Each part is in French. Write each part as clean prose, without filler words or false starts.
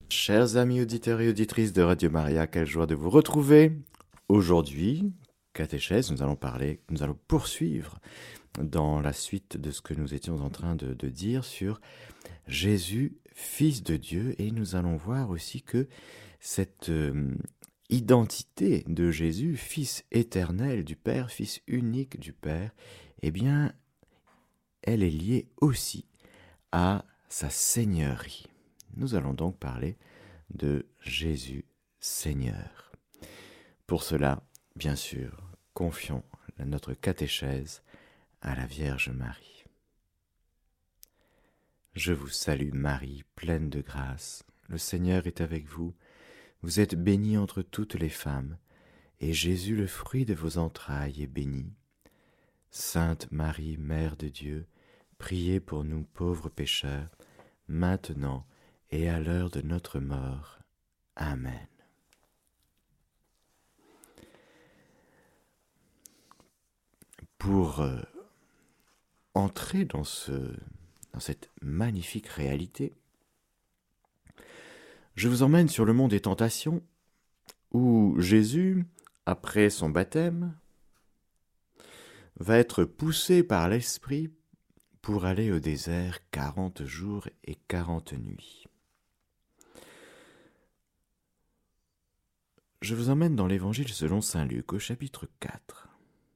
Chers amis auditeurs et auditrices de Radio Maria, quelle joie de vous retrouver. Aujourd'hui, catéchèse, nous allons poursuivre dans la suite de ce que nous étions en train de dire sur Jésus, Fils de Dieu, et nous allons voir aussi que cette identité de Jésus, Fils éternel du Père, Fils unique du Père, eh bien, elle est liée aussi à sa seigneurie. Nous allons donc parler de Jésus Seigneur. Pour cela, bien sûr, confions notre catéchèse à la Vierge Marie. Je vous salue Marie, pleine de grâce. Le Seigneur est avec vous. Vous êtes bénie entre toutes les femmes, et Jésus, le fruit de vos entrailles, est béni. Sainte Marie, Mère de Dieu, priez pour nous pauvres pécheurs, maintenant et à l'heure de notre mort. Amen. Pour entrer dans cette magnifique réalité, je vous emmène sur le mont des Tentations, où Jésus, après son baptême, va être poussé par l'Esprit pour aller au désert 40 jours et 40 nuits. Je vous emmène dans l'Évangile selon saint Luc, au chapitre 4.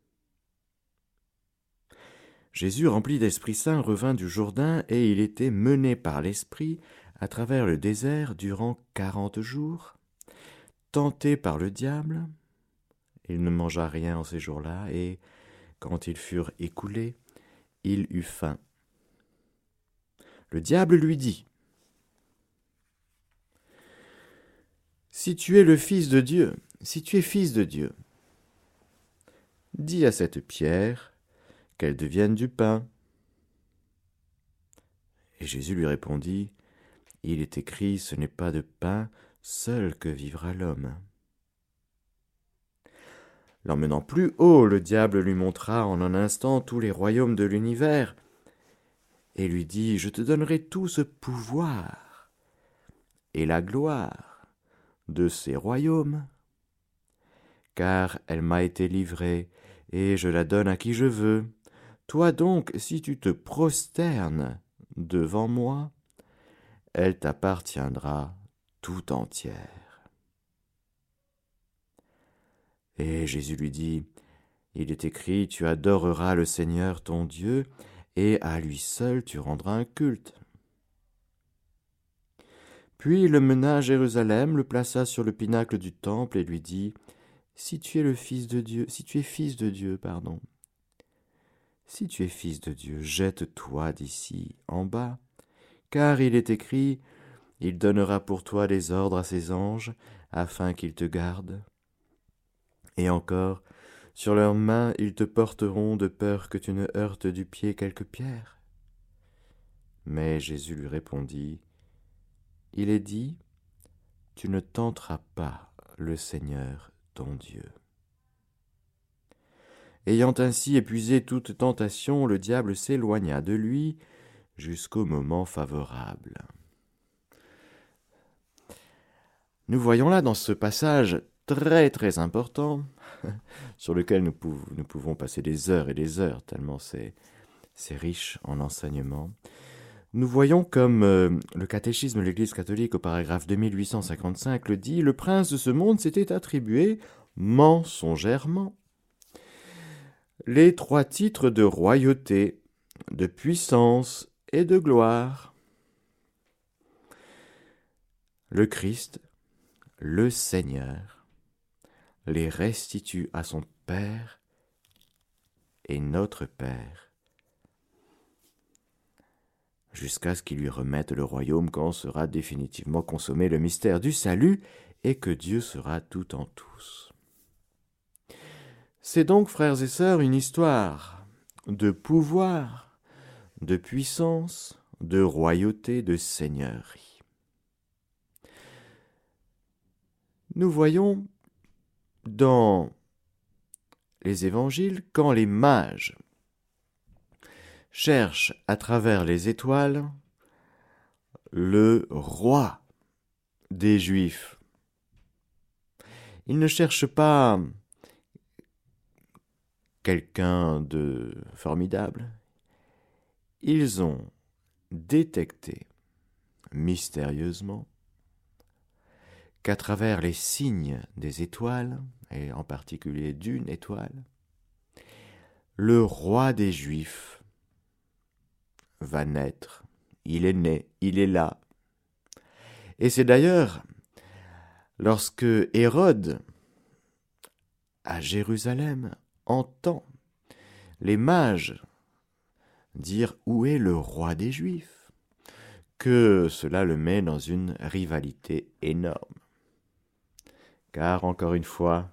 Jésus, rempli d'Esprit Saint, revint du Jourdain, et il était mené par l'Esprit à travers le désert durant 40 jours, tenté par le diable. Il ne mangea rien en ces jours-là, et quand ils furent écoulés, il eut faim. Le diable lui dit : « Si tu es le Fils de Dieu, si tu es Fils de Dieu, dis à cette pierre qu'elle devienne du pain. » Et Jésus lui répondit : « Il est écrit, ce n'est pas de pain seul que vivra l'homme. » L'emmenant plus haut, le diable lui montra en un instant tous les royaumes de l'univers, et lui dit : « Je te donnerai tout ce pouvoir et la gloire de ces royaumes, car elle m'a été livrée, et je la donne à qui je veux. Toi donc, si tu te prosternes devant moi, elle t'appartiendra tout entière. » Et Jésus lui dit : « Il est écrit, tu adoreras le Seigneur ton Dieu, et à lui seul tu rendras un culte. » Puis il le mena à Jérusalem, le plaça sur le pinacle du temple et lui dit : « Si tu es fils de Dieu, si tu es fils de Dieu, jette-toi d'ici en bas, car il est écrit, il donnera pour toi des ordres à ses anges, afin qu'ils te gardent. Et encore, sur leurs mains ils te porteront, de peur que tu ne heurtes du pied quelque pierre. » Mais Jésus lui répondit : « Il est dit, tu ne tenteras pas le Seigneur ton Dieu. » Ayant ainsi épuisé toute tentation, le diable s'éloigna de lui jusqu'au moment favorable. Nous voyons là dans ce passage très très important, sur lequel nous pouvons passer des heures et des heures, tellement c'est riche en enseignements. Nous voyons comme le catéchisme de l'Église catholique au paragraphe 2855 le dit, le prince de ce monde s'était attribué mensongèrement les 3 titres de royauté, de puissance et de gloire. Le Christ, le Seigneur, les restitue à son Père et notre Père, jusqu'à ce qu'il lui remette le royaume quand sera définitivement consommé le mystère du salut et que Dieu sera tout en tous. C'est donc, frères et sœurs, une histoire de pouvoir, de puissance, de royauté, de seigneurie. Nous voyons dans les évangiles, quand les mages cherchent à travers les étoiles le roi des Juifs. Ils ne cherchent pas quelqu'un de formidable. Ils ont détecté mystérieusement qu'à travers les signes des étoiles, et en particulier d'une étoile, le roi des Juifs va naître. Il est né, il est là. Et c'est d'ailleurs lorsque Hérode, à Jérusalem, entend les mages dire « Où est le roi des Juifs ?» que cela le met dans une rivalité énorme. Car encore une fois,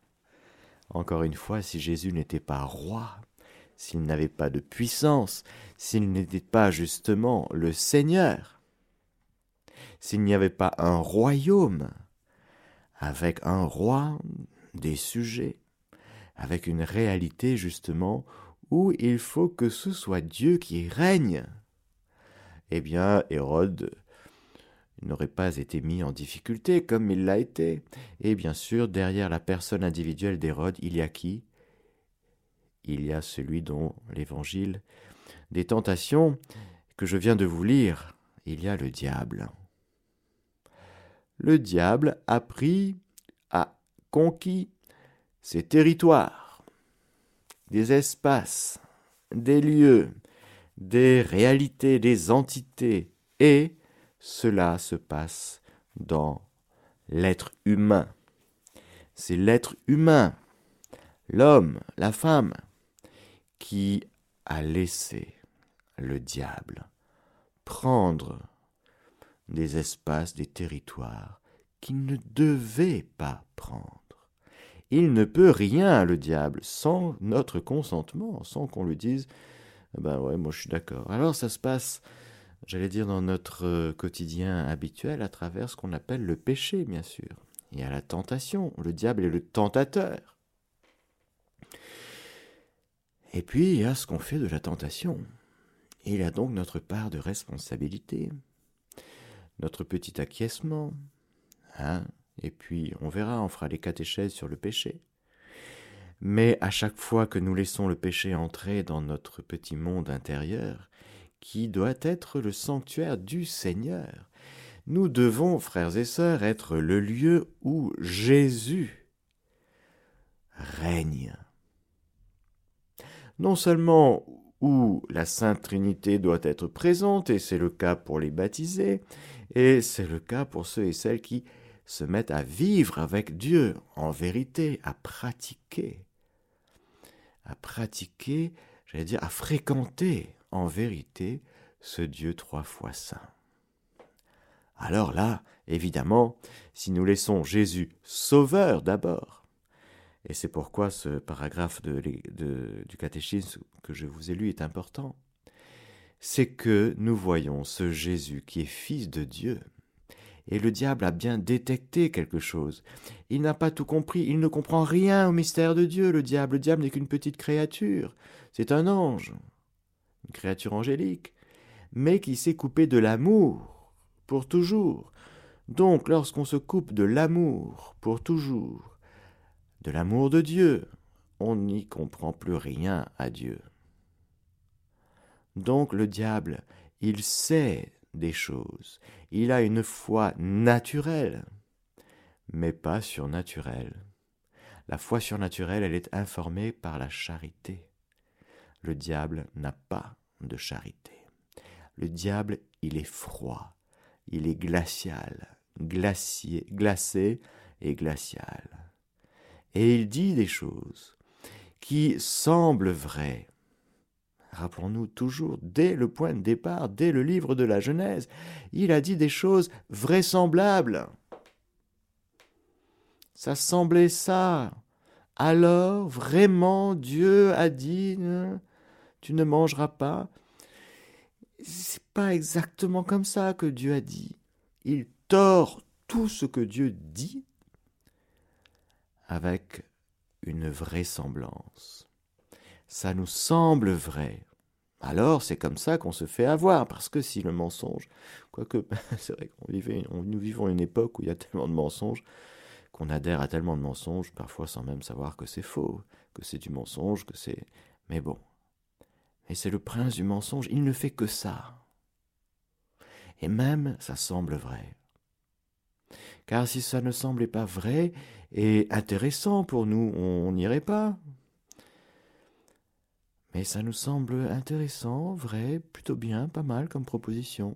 si Jésus n'était pas roi, s'il n'avait pas de puissance, s'il n'était pas justement le Seigneur, s'il n'y avait pas un royaume avec un roi, des sujets, avec une réalité justement où il faut que ce soit Dieu qui règne, eh bien Hérode n'aurait pas été mis en difficulté comme il l'a été. Et bien sûr, derrière la personne individuelle d'Hérode, il y a qui ? Il y a celui dont l'évangile des tentations que je viens de vous lire. Il y a le diable. Le diable a conquis ces territoires, des espaces, des lieux, des réalités, des entités, et cela se passe dans l'être humain. C'est l'être humain, l'homme, la femme, qui a laissé le diable prendre des espaces, des territoires qu'il ne devait pas prendre. Il ne peut rien, le diable, sans notre consentement, sans qu'on lui dise « Ben ouais, moi je suis d'accord ». Alors ça se passe, j'allais dire, dans notre quotidien habituel à travers ce qu'on appelle le péché, bien sûr. Il y a la tentation, le diable est le tentateur. Et puis il y a ce qu'on fait de la tentation. Il y a donc notre part de responsabilité, notre petit acquiescement, et puis on verra, on fera les catéchèses sur le péché. Mais à chaque fois que nous laissons le péché entrer dans notre petit monde intérieur, qui doit être le sanctuaire du Seigneur, nous devons, frères et sœurs, être le lieu où Jésus règne. Non seulement où la Sainte Trinité doit être présente, et c'est le cas pour les baptisés, et c'est le cas pour ceux et celles qui se mettent à vivre avec Dieu en vérité, à pratiquer, j'allais dire à fréquenter en vérité ce Dieu 3 fois saint. Alors là, évidemment, si nous laissons Jésus sauveur d'abord, et c'est pourquoi ce paragraphe du catéchisme que je vous ai lu est important, c'est que nous voyons ce Jésus qui est fils de Dieu. Et le diable a bien détecté quelque chose. Il n'a pas tout compris, il ne comprend rien au mystère de Dieu, le diable. Le diable n'est qu'une petite créature, c'est un ange, une créature angélique, mais qui s'est coupé de l'amour pour toujours. Donc, lorsqu'on se coupe de l'amour pour toujours, de l'amour de Dieu, on n'y comprend plus rien à Dieu. Donc le diable, il sait des choses, il a une foi naturelle, mais pas surnaturelle. La foi surnaturelle, elle est informée par la charité. Le diable n'a pas de charité. Le diable, il est froid, il est glacial, glacé et glacial. Et il dit des choses qui semblent vraies. Rappelons-nous toujours, dès le point de départ, dès le livre de la Genèse, il a dit des choses vraisemblables. Ça semblait ça. Alors, vraiment, Dieu a dit, tu ne mangeras pas. C'est pas exactement comme ça que Dieu a dit. Il tord tout ce que Dieu dit avec une vraisemblance. Ça nous semble vrai, Alors c'est comme ça qu'on se fait avoir, parce que si le mensonge, quoique c'est vrai nous vivons une époque où il y a tellement de mensonges, qu'on adhère à tellement de mensonges, parfois sans même savoir que c'est faux, que c'est du mensonge, que c'est... Mais bon, et c'est le prince du mensonge, il ne fait que ça. Et même ça semble vrai. Car si ça ne semblait pas vrai et intéressant pour nous, on n'irait pas. Mais ça nous semble intéressant, vrai, plutôt bien, pas mal comme proposition.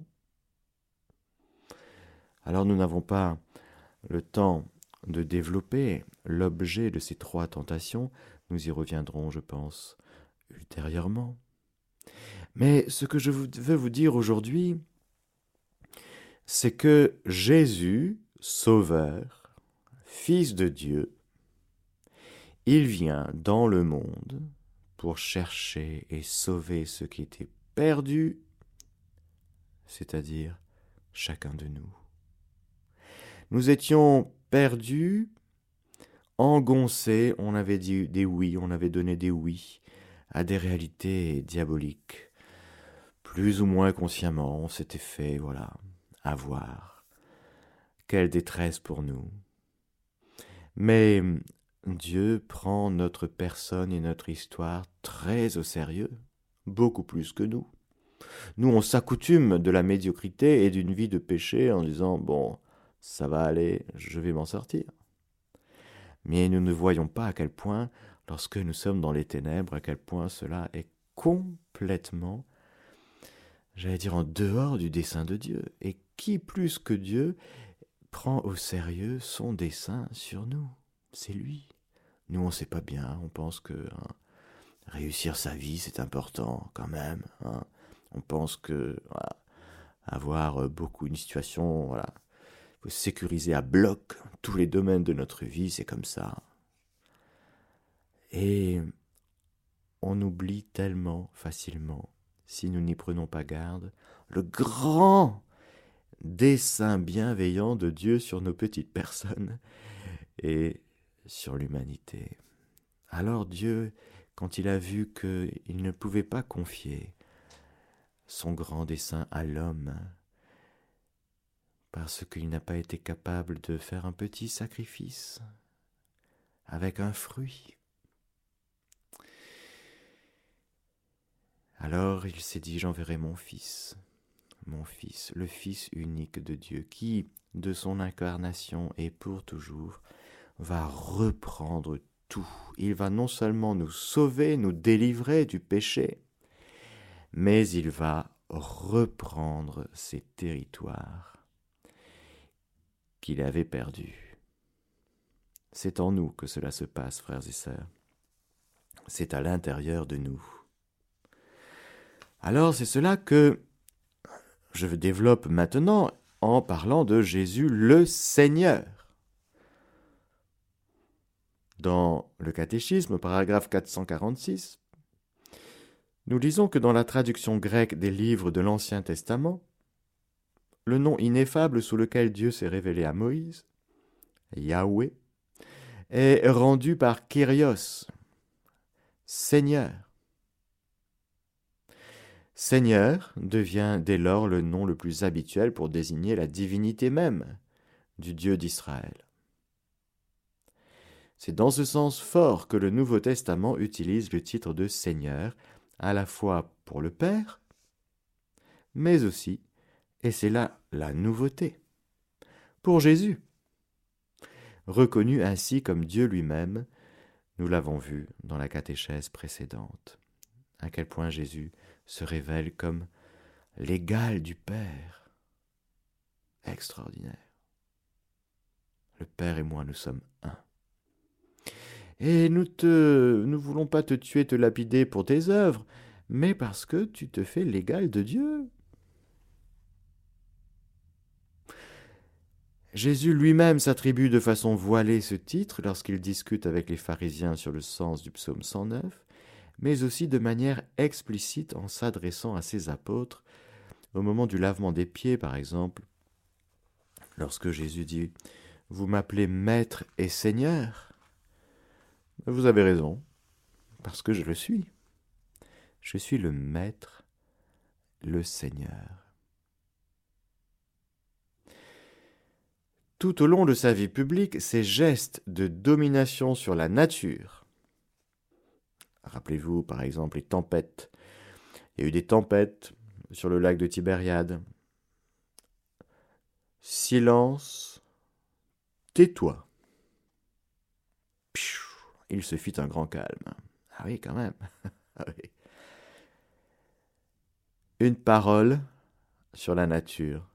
Alors nous n'avons pas le temps de développer l'objet de ces trois tentations, nous y reviendrons, je pense, ultérieurement. Mais ce que je veux vous dire aujourd'hui, c'est que Jésus, Sauveur, Fils de Dieu, il vient dans le monde pour chercher et sauver ce qui était perdu, c'est-à-dire chacun de nous. Nous étions perdus, engoncés, on avait dit des oui, on avait donné des oui à des réalités diaboliques. Plus ou moins consciemment, on s'était fait, avoir. Quelle détresse pour nous. Mais Dieu prend notre personne et notre histoire très au sérieux, beaucoup plus que nous. Nous, on s'accoutume de la médiocrité et d'une vie de péché en disant « bon, ça va aller, je vais m'en sortir ». Mais nous ne voyons pas à quel point, lorsque nous sommes dans les ténèbres, à quel point cela est complètement, j'allais dire, en dehors du dessein de Dieu. Et qui plus que Dieu prend au sérieux son dessein sur nous? C'est lui. Nous, on ne sait pas bien, on pense que réussir sa vie, c'est important quand même. On pense que avoir beaucoup une situation, faut sécuriser à bloc tous les domaines de notre vie, c'est comme ça. Et on oublie tellement facilement, si nous n'y prenons pas garde, le grand dessein bienveillant de Dieu sur nos petites personnes et sur l'humanité. Alors Dieu, quand il a vu qu'il ne pouvait pas confier son grand dessein à l'homme, parce qu'il n'a pas été capable de faire un petit sacrifice avec un fruit. Alors il s'est dit, j'enverrai mon fils, le fils unique de Dieu, qui, de son incarnation et pour toujours, va reprendre tout. Il va non seulement nous sauver, nous délivrer du péché, mais il va reprendre ces territoires qu'il avait perdus. C'est en nous que cela se passe, frères et sœurs. C'est à l'intérieur de nous. Alors c'est cela que je développe maintenant en parlant de Jésus le Seigneur. Dans le catéchisme, paragraphe 446, nous lisons que dans la traduction grecque des livres de l'Ancien Testament, le nom ineffable sous lequel Dieu s'est révélé à Moïse, Yahweh, est rendu par Kyrios, Seigneur. Seigneur devient dès lors le nom le plus habituel pour désigner la divinité même du Dieu d'Israël. C'est dans ce sens fort que le Nouveau Testament utilise le titre de Seigneur, à la fois pour le Père, mais aussi, et c'est là la nouveauté, pour Jésus, reconnu ainsi comme Dieu lui-même, nous l'avons vu dans la catéchèse précédente, à quel point Jésus se révèle comme l'égal du Père. Extraordinaire. Le Père et moi, nous sommes un. Et nous ne voulons pas te tuer, te lapider pour tes œuvres, mais parce que tu te fais l'égal de Dieu. Jésus lui-même s'attribue de façon voilée ce titre lorsqu'il discute avec les pharisiens sur le sens du psaume 109, mais aussi de manière explicite en s'adressant à ses apôtres au moment du lavement des pieds, par exemple, lorsque Jésus dit « Vous m'appelez Maître et Seigneur ?» Vous avez raison, parce que je le suis. Je suis le Maître, le Seigneur. Tout au long de sa vie publique, ses gestes de domination sur la nature. Rappelez-vous par exemple les tempêtes. Il y a eu des tempêtes sur le lac de Tibériade. Silence, tais-toi. Il se fit un grand calme. Ah oui, quand même. Ah oui. Une parole sur la nature.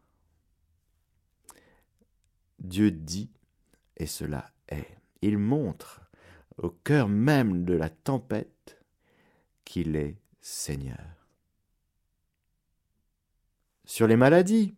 Dieu dit, et cela est. Il montre au cœur même de la tempête qu'il est Seigneur. Sur les maladies,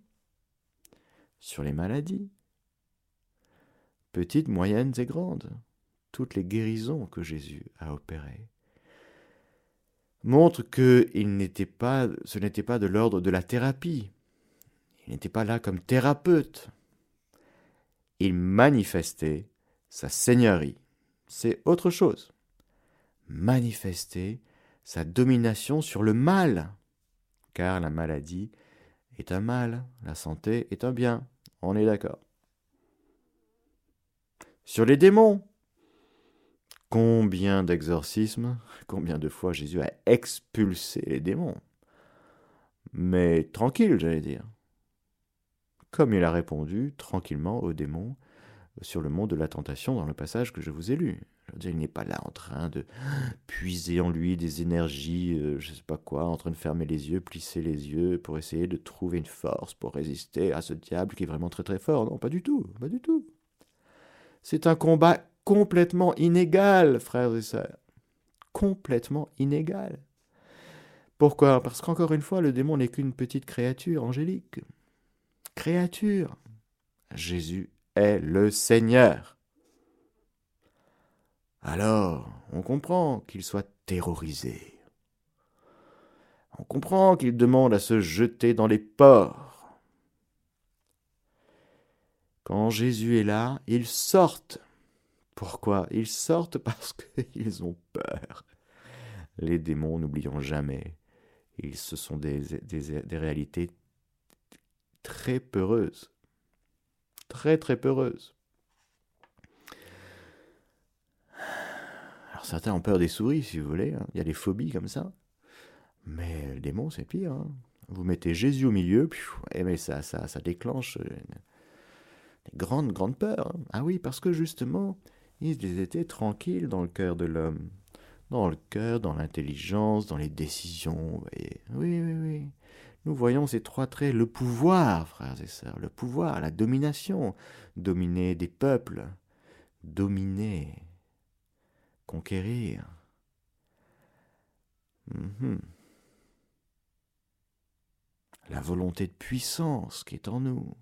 petites, moyennes et grandes, toutes les guérisons que Jésus a opérées, montrent que ce n'était pas de l'ordre de la thérapie. Il n'était pas là comme thérapeute. Il manifestait sa seigneurie. C'est autre chose. Manifester sa domination sur le mal. Car la maladie est un mal, la santé est un bien. On est d'accord. Sur les démons. Combien d'exorcismes, combien de fois Jésus a expulsé les démons. Mais tranquille, j'allais dire. Comme il a répondu tranquillement aux démons sur le mont de la tentation dans le passage que je vous ai lu. Je veux dire, il n'est pas là en train de puiser en lui des énergies, je ne sais pas quoi, en train de fermer les yeux, plisser les yeux pour essayer de trouver une force pour résister à ce diable qui est vraiment très très fort. Non, pas du tout, pas du tout. C'est un combat complètement inégal, frères et sœurs. Complètement inégal. Pourquoi ? Parce qu'encore une fois, le démon n'est qu'une petite créature angélique. Créature. Jésus est le Seigneur. Alors, on comprend qu'il soit terrorisé. On comprend qu'il demande à se jeter dans les ports. Quand Jésus est là, ils sortent. Pourquoi ? Ils sortent parce qu'ils ont peur. Les démons, n'oublions jamais, ce sont des réalités très peureuses. Très très peureuses. Alors certains ont peur des souris, si vous voulez. Il y a des phobies comme ça. Mais le démon, c'est pire. Vous mettez Jésus au milieu, et mais ça déclenche des grandes peurs. Ah oui, parce que justement, ils étaient tranquilles dans le cœur de l'homme. Dans le cœur, dans l'intelligence, dans les décisions. Vous voyez. Oui. Nous voyons ces trois traits. Le pouvoir, frères et sœurs. Le pouvoir, la domination. Dominer des peuples. Dominer. Conquérir. La volonté de puissance qui est en nous.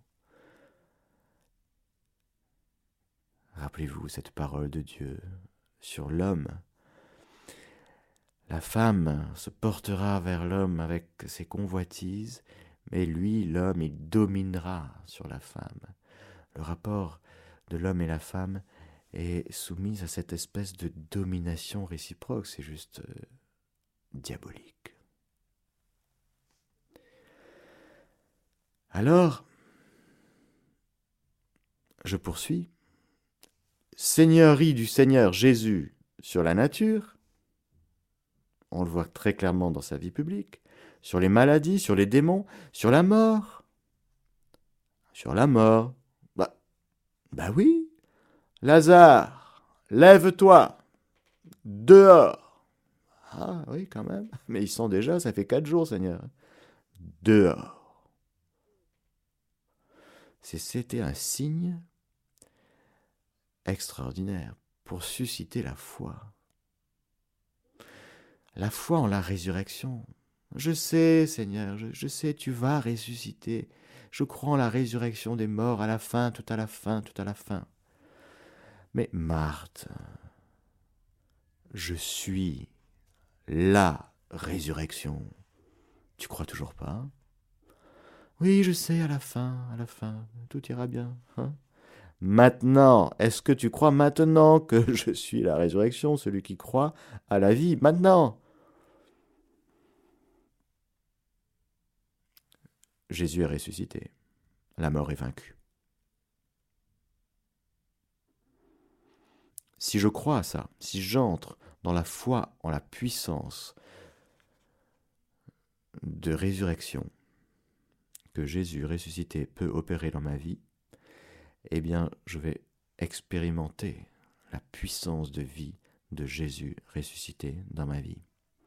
Rappelez-vous cette parole de Dieu sur l'homme. La femme se portera vers l'homme avec ses convoitises, mais lui, l'homme, il dominera sur la femme. Le rapport de l'homme et la femme est soumis à cette espèce de domination réciproque. C'est juste diabolique. Alors, je poursuis. Seigneurie du Seigneur Jésus sur la nature, on le voit très clairement dans sa vie publique, sur les maladies, sur les démons, sur la mort. Sur la mort. Bah oui. Lazare, lève-toi. Dehors. Ah oui, quand même. Mais ils sont déjà, ça fait 4 jours, Seigneur. Dehors. C'était un signe extraordinaire pour susciter la foi. La foi en la résurrection. Je sais, Seigneur, je sais, tu vas ressusciter. Je crois en la résurrection des morts à la fin, tout à la fin, tout à la fin. Mais Marthe, je suis la résurrection. Tu crois toujours pas ? Oui, je sais, à la fin, tout ira bien. Maintenant, est-ce que tu crois maintenant que je suis la résurrection, celui qui croit à la vie, maintenant ? Jésus est ressuscité. La mort est vaincue. Si je crois à ça, si j'entre dans la foi en la puissance de résurrection que Jésus ressuscité peut opérer dans ma vie, eh bien, je vais expérimenter la puissance de vie de Jésus ressuscité dans ma vie.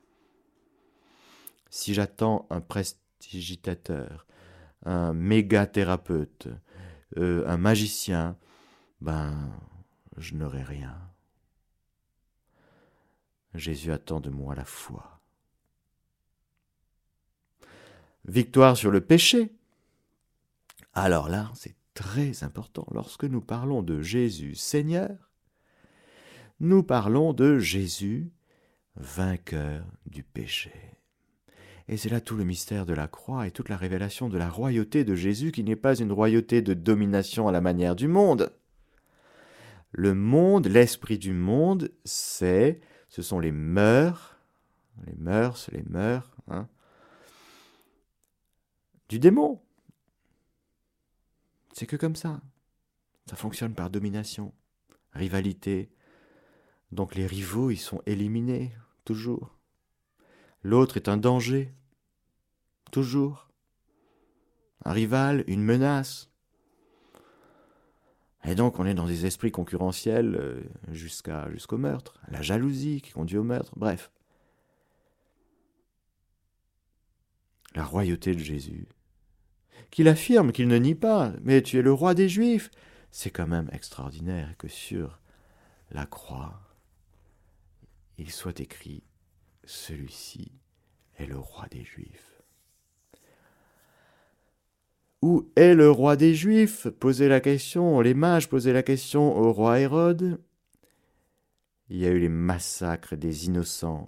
Si j'attends un prestigitateur, un méga-thérapeute, un magicien, je n'aurai rien. Jésus attend de moi la foi. Victoire sur le péché. Alors là, c'est très important. Lorsque nous parlons de Jésus Seigneur, nous parlons de Jésus vainqueur du péché. Et c'est là tout le mystère de la croix et toute la révélation de la royauté de Jésus qui n'est pas une royauté de domination à la manière du monde. Le monde, l'esprit du monde, ce sont les mœurs, du démon. C'est que comme ça. Ça fonctionne par domination, rivalité. Donc les rivaux, ils sont éliminés, toujours. L'autre est un danger, toujours. Un rival, une menace. Et donc on est dans des esprits concurrentiels jusqu'au meurtre. La jalousie qui conduit au meurtre, bref. La royauté de Jésus, qu'il affirme, qu'il ne nie pas, mais tu es le roi des Juifs. C'est quand même extraordinaire que sur la croix, il soit écrit « Celui-ci est le roi des Juifs ». Où est le roi des Juifs? Posait la question, les mages posaient la question au roi Hérode. Il y a eu les massacres des innocents.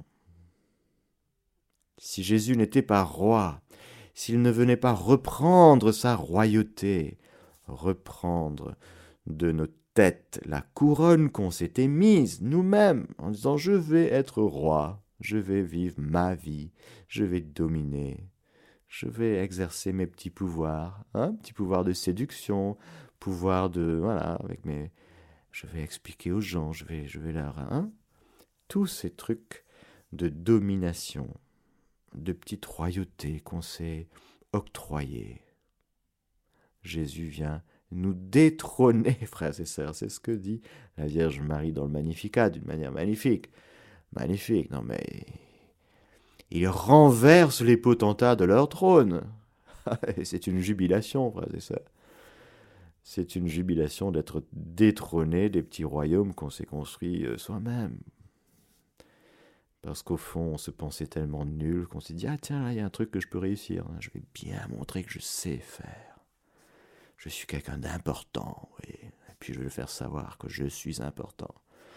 Si Jésus n'était pas roi, s'il ne venait pas reprendre sa royauté, reprendre de nos têtes la couronne qu'on s'était mise nous-mêmes, en disant « Je vais être roi, je vais vivre ma vie, je vais dominer, je vais exercer mes petits pouvoirs, petits pouvoirs de séduction, pouvoir de... Voilà, je vais expliquer aux gens, je vais leur... tous ces trucs de domination, de petite royauté qu'on s'est octroyée. Jésus vient nous détrôner, frères et sœurs. C'est ce que dit la Vierge Marie dans le Magnificat, d'une manière magnifique. Magnifique, non mais... Il renverse les potentats de leur trône. C'est une jubilation, frères et sœurs. C'est une jubilation d'être détrôné des petits royaumes qu'on s'est construits soi-même. Parce qu'au fond, on se pensait tellement nul qu'on s'est dit « Ah tiens, là, il y a un truc que je peux réussir. Je vais bien montrer que je sais faire. Je suis quelqu'un d'important, oui. Et puis je vais le faire savoir que je suis important. »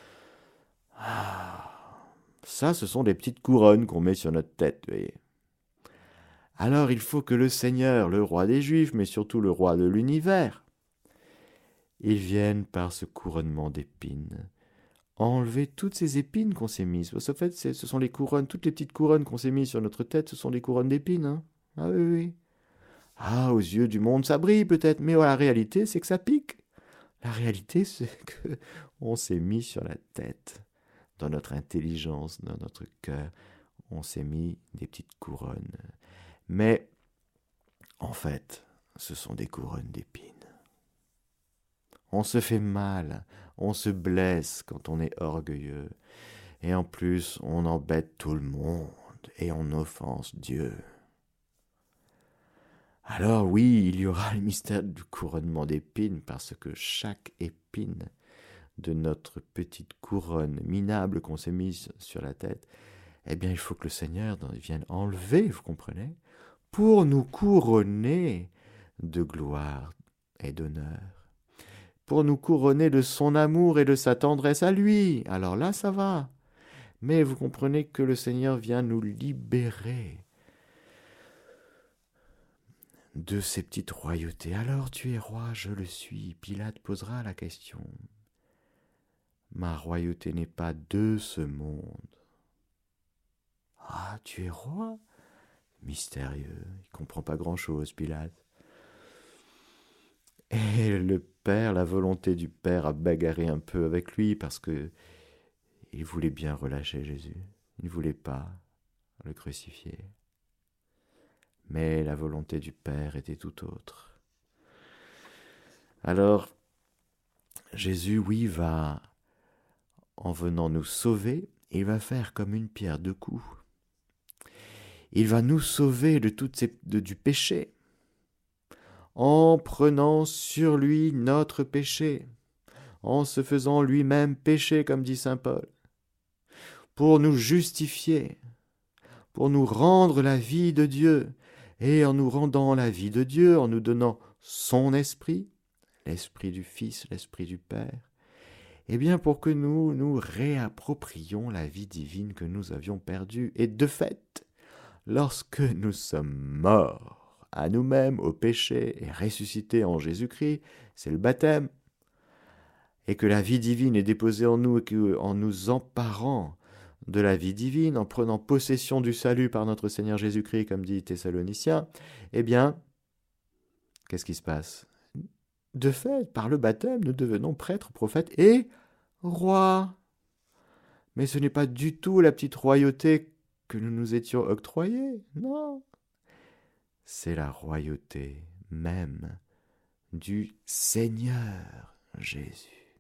Ça, ce sont des petites couronnes qu'on met sur notre tête, vous voyez. Alors il faut que le Seigneur, le roi des Juifs, mais surtout le roi de l'univers, il vienne par ce couronnement d'épines, enlever toutes ces épines qu'on s'est mises. Parce qu'en fait, ce sont les couronnes, toutes les petites couronnes qu'on s'est mises sur notre tête, ce sont des couronnes d'épines. Ah oui, oui. Ah, aux yeux du monde, ça brille peut-être, mais la réalité, c'est que ça pique. La réalité, c'est que on s'est mis sur la tête, dans notre intelligence, dans notre cœur, on s'est mis des petites couronnes. Mais, en fait, ce sont des couronnes d'épines. On se fait mal, on se blesse quand on est orgueilleux. Et en plus, on embête tout le monde et on offense Dieu. Alors oui, il y aura le mystère du couronnement d'épines, parce que chaque épine de notre petite couronne minable qu'on s'est mise sur la tête, eh bien il faut que le Seigneur vienne enlever, vous comprenez, pour nous couronner de gloire et d'honneur, pour nous couronner de son amour et de sa tendresse à lui. Alors là, ça va. Mais vous comprenez que le Seigneur vient nous libérer de ces petites royautés. Alors tu es roi, je le suis. Pilate posera la question. Ma royauté n'est pas de ce monde. Ah, tu es roi? mystérieux, il comprend pas grand-chose, Pilate. Et le Père, la volonté du Père a bagarré un peu avec lui parce que il voulait bien relâcher Jésus. Il ne voulait pas le crucifier. Mais la volonté du Père était tout autre. Alors, Jésus, oui, va, en venant nous sauver, il va faire comme une pierre deux coups. Il va nous sauver de du péché, en prenant sur lui notre péché, en se faisant lui-même péché, comme dit saint Paul, pour nous justifier, pour nous rendre la vie de Dieu, et en nous rendant la vie de Dieu, en nous donnant son esprit, l'esprit du Fils, l'esprit du Père, eh bien pour que nous nous réapproprions la vie divine que nous avions perdue. Et de fait, lorsque nous sommes morts à nous-mêmes, au péché, et ressuscités en Jésus-Christ, c'est le baptême, et que la vie divine est déposée en nous, et qu'en nous emparant de la vie divine, en prenant possession du salut par notre Seigneur Jésus-Christ, comme dit Thessaloniciens, eh bien, qu'est-ce qui se passe ? De fait, par le baptême, nous devenons prêtres, prophètes et rois. Mais ce n'est pas du tout la petite royauté que nous nous étions octroyée, non. C'est la royauté même du Seigneur Jésus.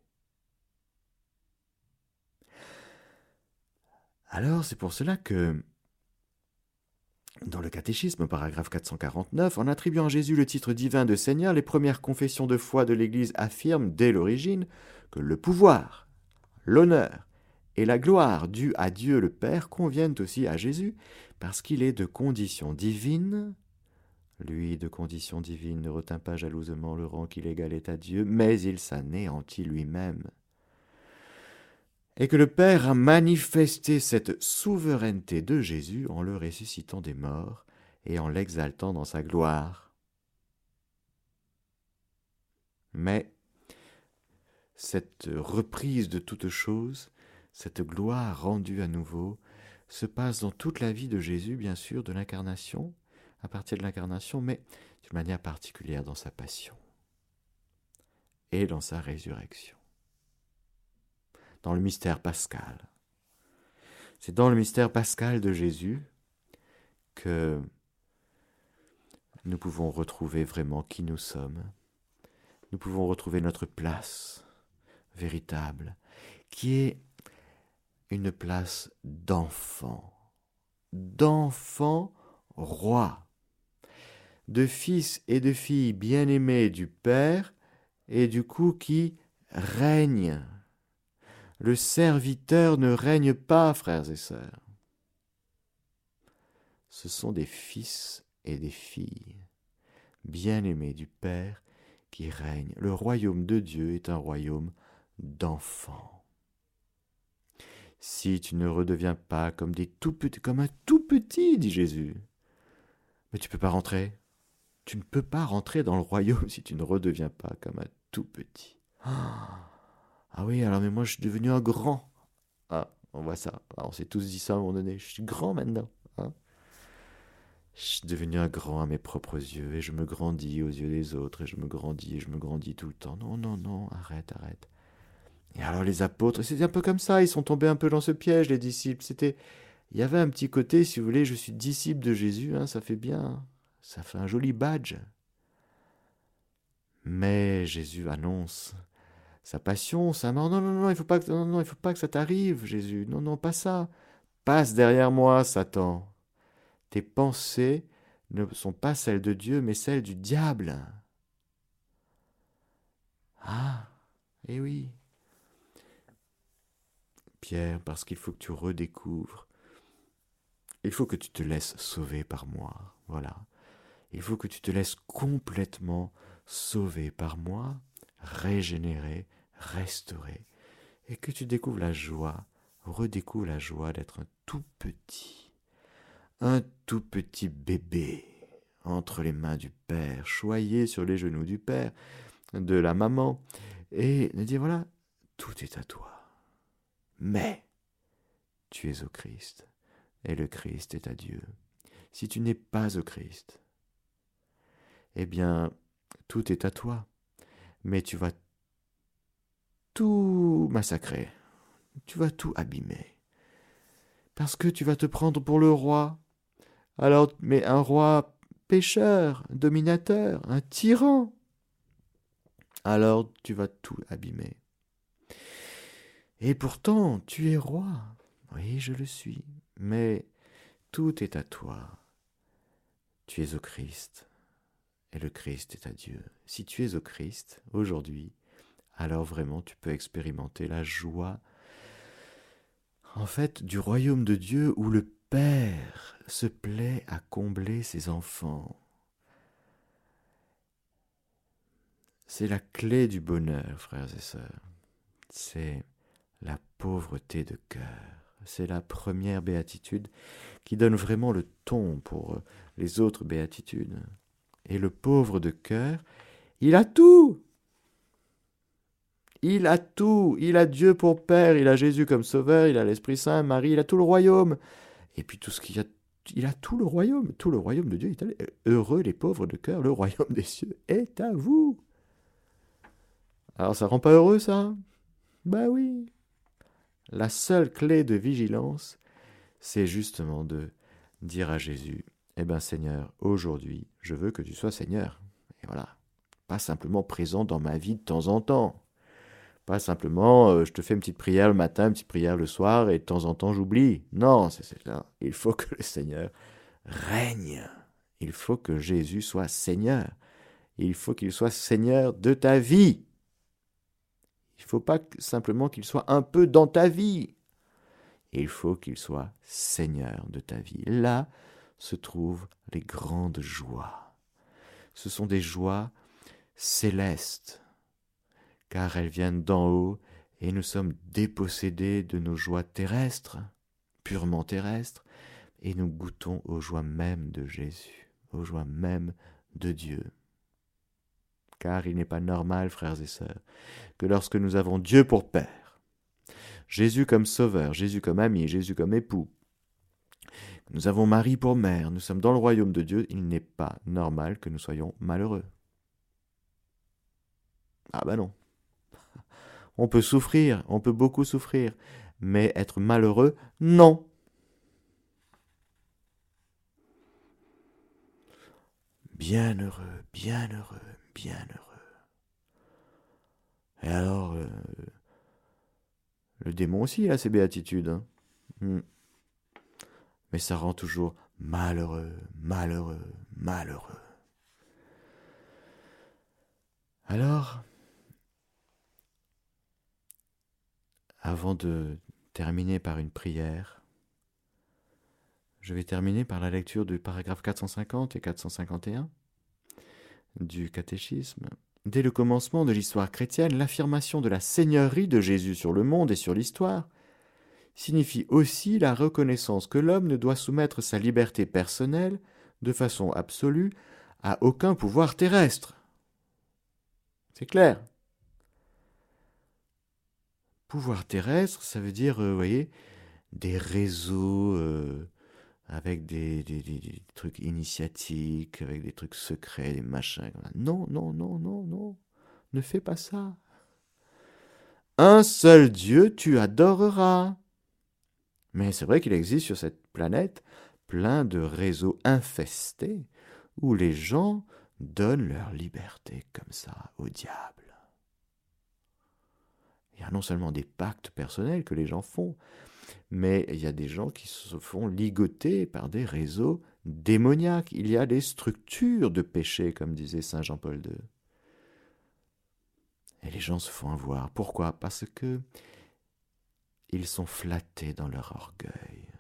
Alors, c'est pour cela que, dans le catéchisme, paragraphe 449, en attribuant à Jésus le titre divin de Seigneur, les premières confessions de foi de l'Église affirment, dès l'origine, que le pouvoir, l'honneur et la gloire due à Dieu le Père conviennent aussi à Jésus, parce qu'il est de condition divine. Lui, de condition divine, ne retint pas jalousement le rang qu'il égalait à Dieu, mais il s'anéantit lui-même. Et que le Père a manifesté cette souveraineté de Jésus en le ressuscitant des morts et en l'exaltant dans sa gloire. Mais cette reprise de toutes choses, cette gloire rendue à nouveau, se passe dans toute la vie de Jésus, bien sûr, de l'incarnation, à partir de l'incarnation, mais d'une manière particulière dans sa passion et dans sa résurrection. Dans le mystère pascal. C'est dans le mystère pascal de Jésus que nous pouvons retrouver vraiment qui nous sommes. Nous pouvons retrouver notre place véritable, qui est une place d'enfant roi, de fils et de filles bien-aimés du Père, et du coup qui règne. Le serviteur ne règne pas, frères et sœurs. Ce sont des fils et des filles, bien-aimés du Père, qui règnent. Le royaume de Dieu est un royaume d'enfants. Si tu ne redeviens pas comme un tout petit, dit Jésus, mais tu ne peux pas rentrer. Tu ne peux pas rentrer dans le royaume si tu ne redeviens pas comme un tout petit. Ah oui, alors mais moi je suis devenu un grand. Ah, on voit ça. Ah, on s'est tous dit ça à un moment donné. Je suis grand maintenant. Hein, je suis devenu un grand à mes propres yeux et je me grandis aux yeux des autres et je me grandis tout le temps. Non, non, non, arrête. Et alors les apôtres, c'était un peu comme ça, ils sont tombés un peu dans ce piège, les disciples. Il y avait un petit côté, si vous voulez, je suis disciple de Jésus, hein, ça fait bien, hein, ça fait un joli badge. Mais Jésus annonce sa passion, sa mort. Non, il faut pas que ça t'arrive, Jésus. Non, pas ça. Passe derrière moi, Satan. Tes pensées ne sont pas celles de Dieu, mais celles du diable. Ah, eh oui. Pierre, parce qu'il faut que tu redécouvres. Il faut que tu te laisses sauver par moi. Voilà. Il faut que tu te laisses complètement sauver par moi, régénérer, restaurer, et que tu découvres la joie, redécouvres la joie d'être un tout petit bébé entre les mains du Père, choyé sur les genoux du Père, de la maman, et de dire voilà, tout est à toi. Mais tu es au Christ, et le Christ est à Dieu. si tu n'es pas au Christ, eh bien, tout est à toi, mais tu vas tout massacrer, tu vas tout abîmer, parce que tu vas te prendre pour le roi. Alors, mais un roi pécheur, dominateur, un tyran, alors tu vas tout abîmer. Et pourtant, tu es roi. Oui, je le suis, mais tout est à toi. Tu es au Christ, et le Christ est à Dieu. Si tu es au Christ, aujourd'hui, alors vraiment tu peux expérimenter la joie, en fait, du royaume de Dieu où le Père se plaît à combler ses enfants. C'est la clé du bonheur, frères et sœurs. C'est la pauvreté de cœur. C'est la première béatitude qui donne vraiment le ton pour les autres béatitudes. Et le pauvre de cœur, il a tout. Il a tout. Il a Dieu pour Père, il a Jésus comme Sauveur, il a l'Esprit Saint, Marie, il a tout le royaume. Et puis tout ce qu'il y a, il a tout le royaume. Tout le royaume de Dieu est à lui. Heureux les pauvres de cœur, le royaume des cieux est à vous. Alors ça rend pas heureux ça? Bah oui. La seule clé de vigilance, c'est justement de dire à Jésus, eh bien Seigneur, aujourd'hui, je veux que tu sois Seigneur. Et voilà. Pas simplement présent dans ma vie de temps en temps. Pas simplement, je te fais une petite prière le matin, une petite prière le soir, et de temps en temps j'oublie. Non, c'est là. Il faut que le Seigneur règne. Il faut que Jésus soit Seigneur. Il faut qu'il soit Seigneur de ta vie. Il ne faut pas simplement qu'il soit un peu dans ta vie. Il faut qu'il soit Seigneur de ta vie. Là se trouvent les grandes joies. Ce sont des joies célestes, car elles viennent d'en haut et nous sommes dépossédés de nos joies terrestres, purement terrestres, et nous goûtons aux joies mêmes de Jésus, aux joies mêmes de Dieu. Car il n'est pas normal, frères et sœurs, que lorsque nous avons Dieu pour Père, Jésus comme Sauveur, Jésus comme ami, Jésus comme époux, nous avons Marie pour mère, nous sommes dans le royaume de Dieu, il n'est pas normal que nous soyons malheureux. Ah ben non. On peut souffrir, on peut beaucoup souffrir, mais être malheureux, non. Bien heureux, bien heureux, bien heureux. Et alors, le démon aussi, il a ses béatitudes. Hein. Mais ça rend toujours malheureux, malheureux, malheureux. Alors, avant de terminer par une prière, je vais terminer par la lecture du paragraphe 450 et 451 du catéchisme. Dès le commencement de l'histoire chrétienne, l'affirmation de la seigneurie de Jésus sur le monde et sur l'histoire signifie aussi la reconnaissance que l'homme ne doit soumettre sa liberté personnelle, de façon absolue, à aucun pouvoir terrestre. C'est clair. Pouvoir terrestre, ça veut dire, vous voyez, des réseaux avec des trucs initiatiques, avec des trucs secrets, des machins. Non, non, non, non, non. Ne fais pas ça. Un seul Dieu tu adoreras. Mais c'est vrai qu'il existe sur cette planète plein de réseaux infestés où les gens donnent leur liberté comme ça au diable. Il y a non seulement des pactes personnels que les gens font, mais il y a des gens qui se font ligoter par des réseaux démoniaques. Il y a des structures de péché, comme disait saint Jean-Paul II. Et les gens se font avoir. Pourquoi? Parce que ils sont flattés dans leur orgueil.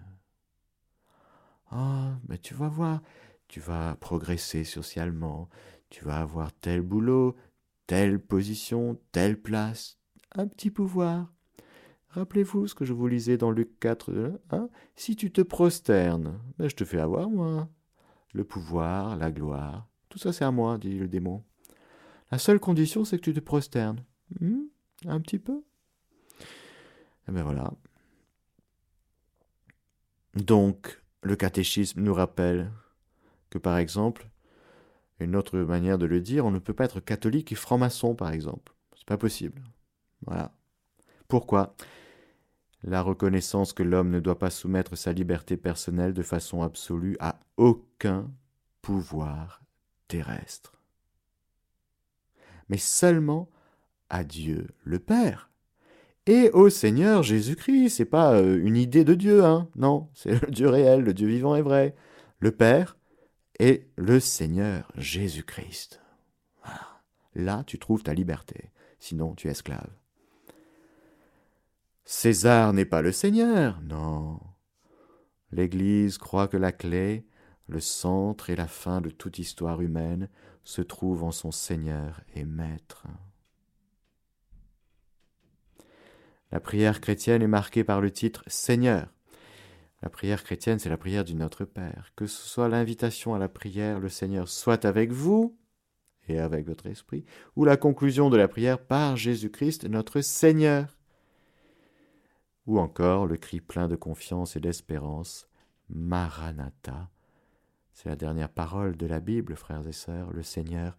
Ah, mais tu vas voir, tu vas progresser socialement, tu vas avoir tel boulot, telle position, telle place, un petit pouvoir. Rappelez-vous ce que je vous lisais dans Luc 4, hein? Si tu te prosternes, ben je te fais avoir, moi. Le pouvoir, la gloire, tout ça c'est à moi, dit le démon. La seule condition, c'est que tu te prosternes. Un petit peu. Et ben voilà. Donc, le catéchisme nous rappelle que, par exemple, une autre manière de le dire, on ne peut pas être catholique et franc-maçon, par exemple. C'est pas possible. Voilà. Pourquoi ? La reconnaissance que l'homme ne doit pas soumettre sa liberté personnelle de façon absolue à aucun pouvoir terrestre, mais seulement à Dieu le Père et au Seigneur Jésus-Christ. C'est pas une idée de Dieu, hein. Non, c'est le Dieu réel, le Dieu vivant et vrai, le Père et le Seigneur Jésus-Christ. Voilà. Là, tu trouves ta liberté, sinon tu es esclave. César n'est pas le Seigneur, non. L'Église croit que la clé, le centre et la fin de toute histoire humaine se trouvent en son Seigneur et Maître. La prière chrétienne est marquée par le titre Seigneur. La prière chrétienne, c'est la prière du Notre Père. Que ce soit l'invitation à la prière, le Seigneur soit avec vous et avec votre esprit, ou la conclusion de la prière par Jésus-Christ, notre Seigneur. Ou encore le cri plein de confiance et d'espérance, Maranatha. C'est la dernière parole de la Bible, frères et sœurs, le Seigneur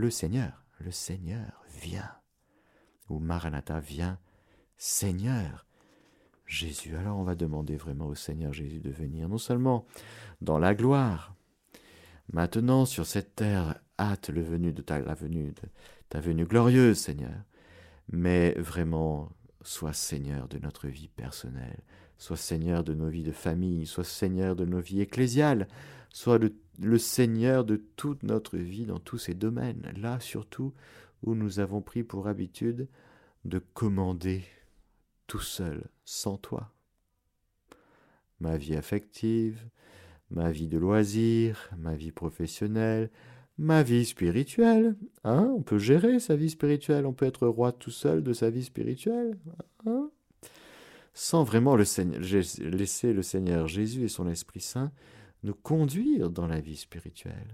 vient. Ou Maranatha, vient, Seigneur Jésus. Alors on va demander vraiment au Seigneur Jésus de venir, non seulement dans la gloire, maintenant sur cette terre, hâte la venue de ta venue glorieuse, Seigneur, mais vraiment, sois Seigneur de notre vie personnelle, sois Seigneur de nos vies de famille, sois Seigneur de nos vies ecclésiales, sois le Seigneur de toute notre vie dans tous ces domaines, là surtout où nous avons pris pour habitude de commander tout seul, sans toi. Ma vie affective, ma vie de loisirs, ma vie professionnelle, ma vie spirituelle. Hein, on peut gérer sa vie spirituelle, on peut être roi tout seul de sa vie spirituelle. Hein, sans vraiment laisser le Seigneur Jésus et son Esprit Saint nous conduire dans la vie spirituelle.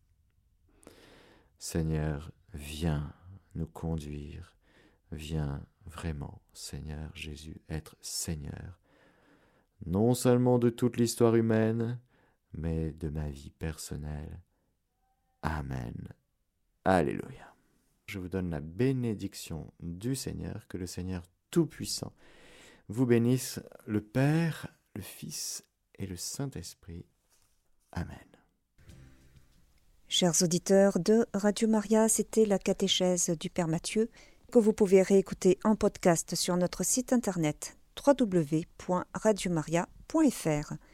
Seigneur, viens nous conduire, viens vraiment, Seigneur Jésus, être Seigneur, non seulement de toute l'histoire humaine, mais de ma vie personnelle. Amen. Alléluia. Je vous donne la bénédiction du Seigneur, que le Seigneur Tout-Puissant vous bénisse, le Père, le Fils et le Saint-Esprit. Amen. Chers auditeurs de Radio Maria, c'était la catéchèse du Père Mathieu que vous pouvez réécouter en podcast sur notre site internet www.radiomaria.fr.